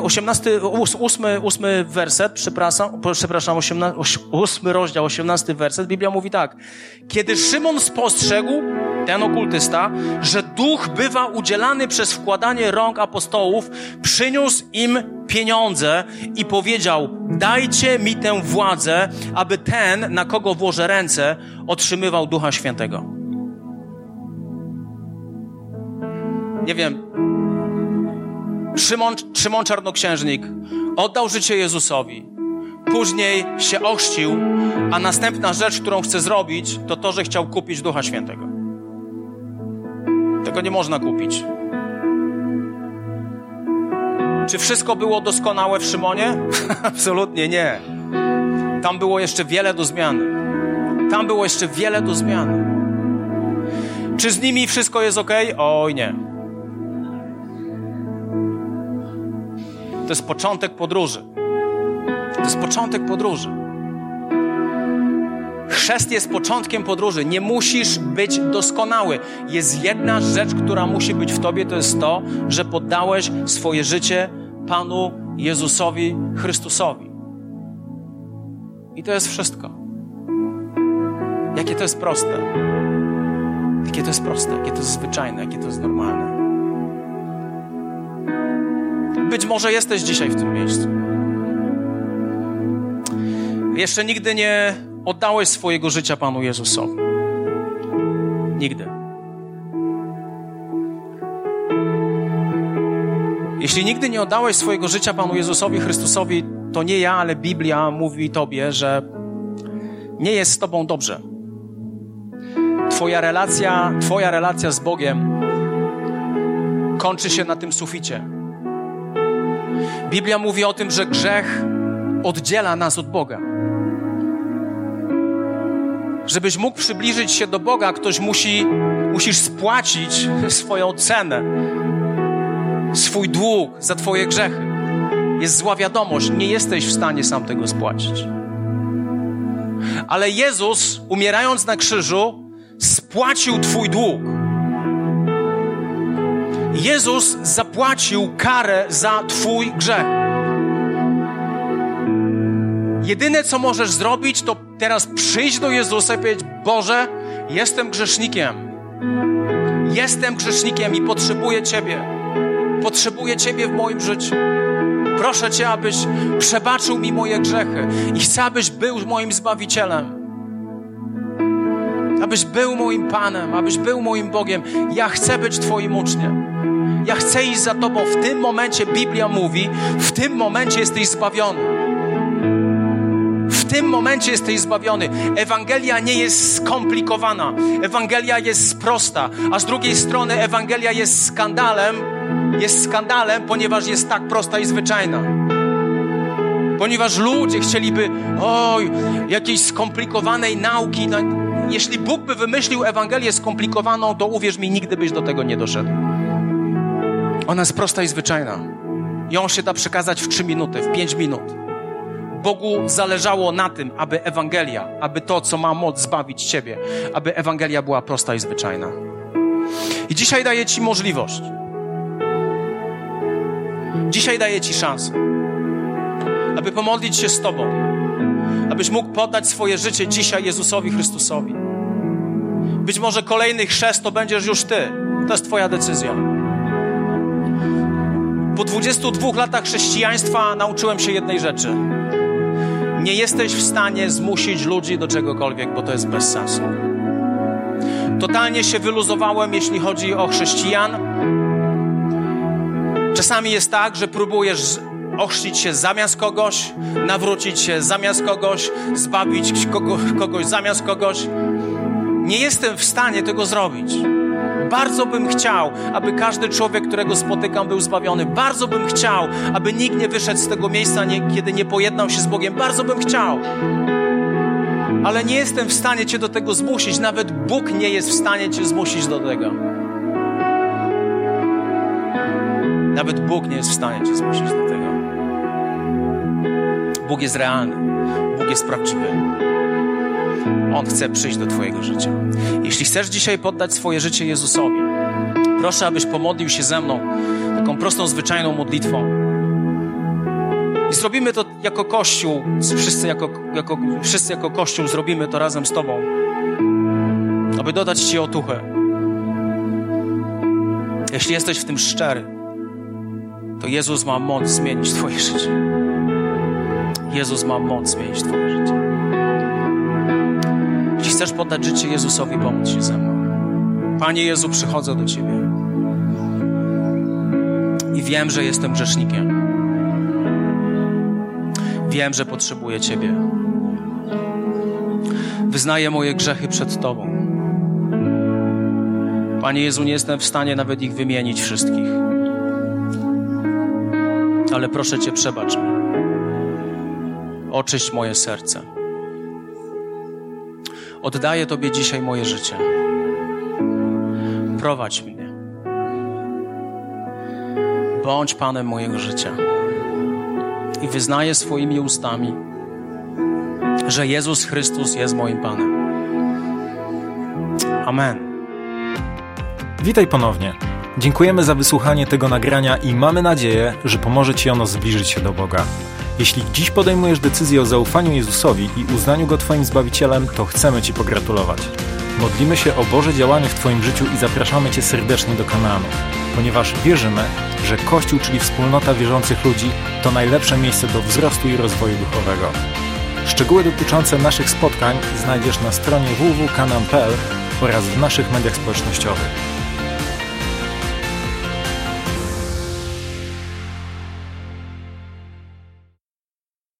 8 werset, przepraszam, 8 rozdział, 18 werset, Biblia mówi tak. Kiedy Szymon spostrzegł, ten okultysta, że duch bywa udzielany przez wkładanie rąk apostołów, przyniósł im pieniądze i powiedział, dajcie mi tę władzę, aby ten, na kogo włożę ręce, otrzymywał Ducha Świętego. Nie wiem, Szymon Czarnoksiężnik oddał życie Jezusowi, później się ochrzcił, a następna rzecz, którą chce zrobić, to to, że chciał kupić Ducha Świętego. Tego nie można kupić. Czy wszystko było doskonałe w Szymonie? Absolutnie nie. Tam było jeszcze wiele do zmiany. Czy z nimi wszystko jest okej? Oj nie. To jest początek podróży. Chrzest jest początkiem podróży. Nie musisz być doskonały. Jest jedna rzecz, która musi być w tobie, to jest to, że poddałeś swoje życie Panu Jezusowi Chrystusowi. I to jest wszystko. Jakie to jest proste. Jakie to jest zwyczajne, jakie to jest normalne. Być może jesteś dzisiaj w tym miejscu. Jeszcze nigdy nie oddałeś swojego życia Panu Jezusowi. Nigdy. Jeśli nigdy nie oddałeś swojego życia Panu Jezusowi Chrystusowi, to nie ja, ale Biblia mówi tobie, że nie jest z tobą dobrze. Twoja relacja z Bogiem kończy się na tym suficie. Biblia mówi o tym, że grzech oddziela nas od Boga. Żebyś mógł przybliżyć się do Boga, musisz spłacić swoją cenę, swój dług za twoje grzechy. Jest zła wiadomość, nie jesteś w stanie sam tego spłacić. Ale Jezus, umierając na krzyżu, spłacił twój dług. Jezus zapłacił karę za twój grzech. Jedyne, co możesz zrobić, to teraz przyjść do Jezusa i powiedzieć, Boże, jestem grzesznikiem. Jestem grzesznikiem i potrzebuję Ciebie. Potrzebuję Ciebie w moim życiu. Proszę Cię, abyś przebaczył mi moje grzechy i chcę, abyś był moim Zbawicielem. Abyś był moim Panem, abyś był moim Bogiem. Ja chcę być Twoim uczniem. Ja chcę iść za Tobą. W tym momencie Biblia mówi, w tym momencie jesteś zbawiony. W tym momencie jesteś zbawiony. Ewangelia nie jest skomplikowana. Ewangelia jest prosta. A z drugiej strony Ewangelia jest skandalem, ponieważ jest tak prosta i zwyczajna. Ponieważ ludzie chcieliby, jakiejś skomplikowanej nauki. No, jeśli Bóg by wymyślił Ewangelię skomplikowaną, to uwierz mi, nigdy byś do tego nie doszedł. Ona jest prosta i zwyczajna. Ją się da przekazać w 3 minuty, w 5 minut. Bogu zależało na tym, aby Ewangelia, aby to, co ma moc zbawić Ciebie, aby Ewangelia była prosta i zwyczajna. I dzisiaj daję Ci możliwość. Dzisiaj daję Ci szansę, aby pomodlić się z Tobą, abyś mógł poddać swoje życie dzisiaj Jezusowi Chrystusowi. Być może kolejny chrzest to będziesz już Ty. To jest Twoja decyzja. Po 22 latach chrześcijaństwa nauczyłem się jednej rzeczy. Nie jesteś w stanie zmusić ludzi do czegokolwiek, bo to jest bez sensu. Totalnie się wyluzowałem, jeśli chodzi o chrześcijan. Czasami jest tak, że próbujesz ochrzcić się zamiast kogoś, nawrócić się zamiast kogoś, zbawić kogoś zamiast kogoś. Nie jestem w stanie tego zrobić. Bardzo bym chciał, aby każdy człowiek, którego spotykam, był zbawiony. Bardzo bym chciał, aby nikt nie wyszedł z tego miejsca, kiedy nie pojednał się z Bogiem. Bardzo bym chciał. Ale nie jestem w stanie Cię do tego zmusić. Nawet Bóg nie jest w stanie Cię zmusić do tego. Nawet Bóg nie jest w stanie Cię zmusić do tego. Bóg jest realny. Bóg jest prawdziwy. On chce przyjść do Twojego życia. Jeśli chcesz dzisiaj poddać swoje życie Jezusowi, proszę, abyś pomodlił się ze mną taką prostą, zwyczajną modlitwą. I zrobimy to jako Kościół, wszyscy jako Kościół zrobimy to razem z Tobą, aby dodać Ci otuchę. Jeśli jesteś w tym szczery, to Jezus ma moc zmienić Twoje życie. Jezus ma moc zmienić Twoje życie. Jeśli chcesz poddać życie Jezusowi, pomódl się ze mną. Panie Jezu, przychodzę do Ciebie i wiem, że jestem grzesznikiem. Wiem, że potrzebuję Ciebie. Wyznaję moje grzechy przed Tobą. Panie Jezu, nie jestem w stanie nawet ich wymienić wszystkich. Ale proszę Cię, przebacz mi. Oczyść moje serce. Oddaję Tobie dzisiaj moje życie. Prowadź mnie. Bądź Panem mojego życia. I wyznaję swoimi ustami, że Jezus Chrystus jest moim Panem. Amen. Witaj ponownie. Dziękujemy za wysłuchanie tego nagrania i mamy nadzieję, że pomoże Ci ono zbliżyć się do Boga. Jeśli dziś podejmujesz decyzję o zaufaniu Jezusowi i uznaniu Go Twoim Zbawicielem, to chcemy Ci pogratulować. Modlimy się o Boże działanie w Twoim życiu i zapraszamy Cię serdecznie do Kanaanu, ponieważ wierzymy, że Kościół, czyli wspólnota wierzących ludzi, to najlepsze miejsce do wzrostu i rozwoju duchowego. Szczegóły dotyczące naszych spotkań znajdziesz na stronie www.kanaan.pl oraz w naszych mediach społecznościowych.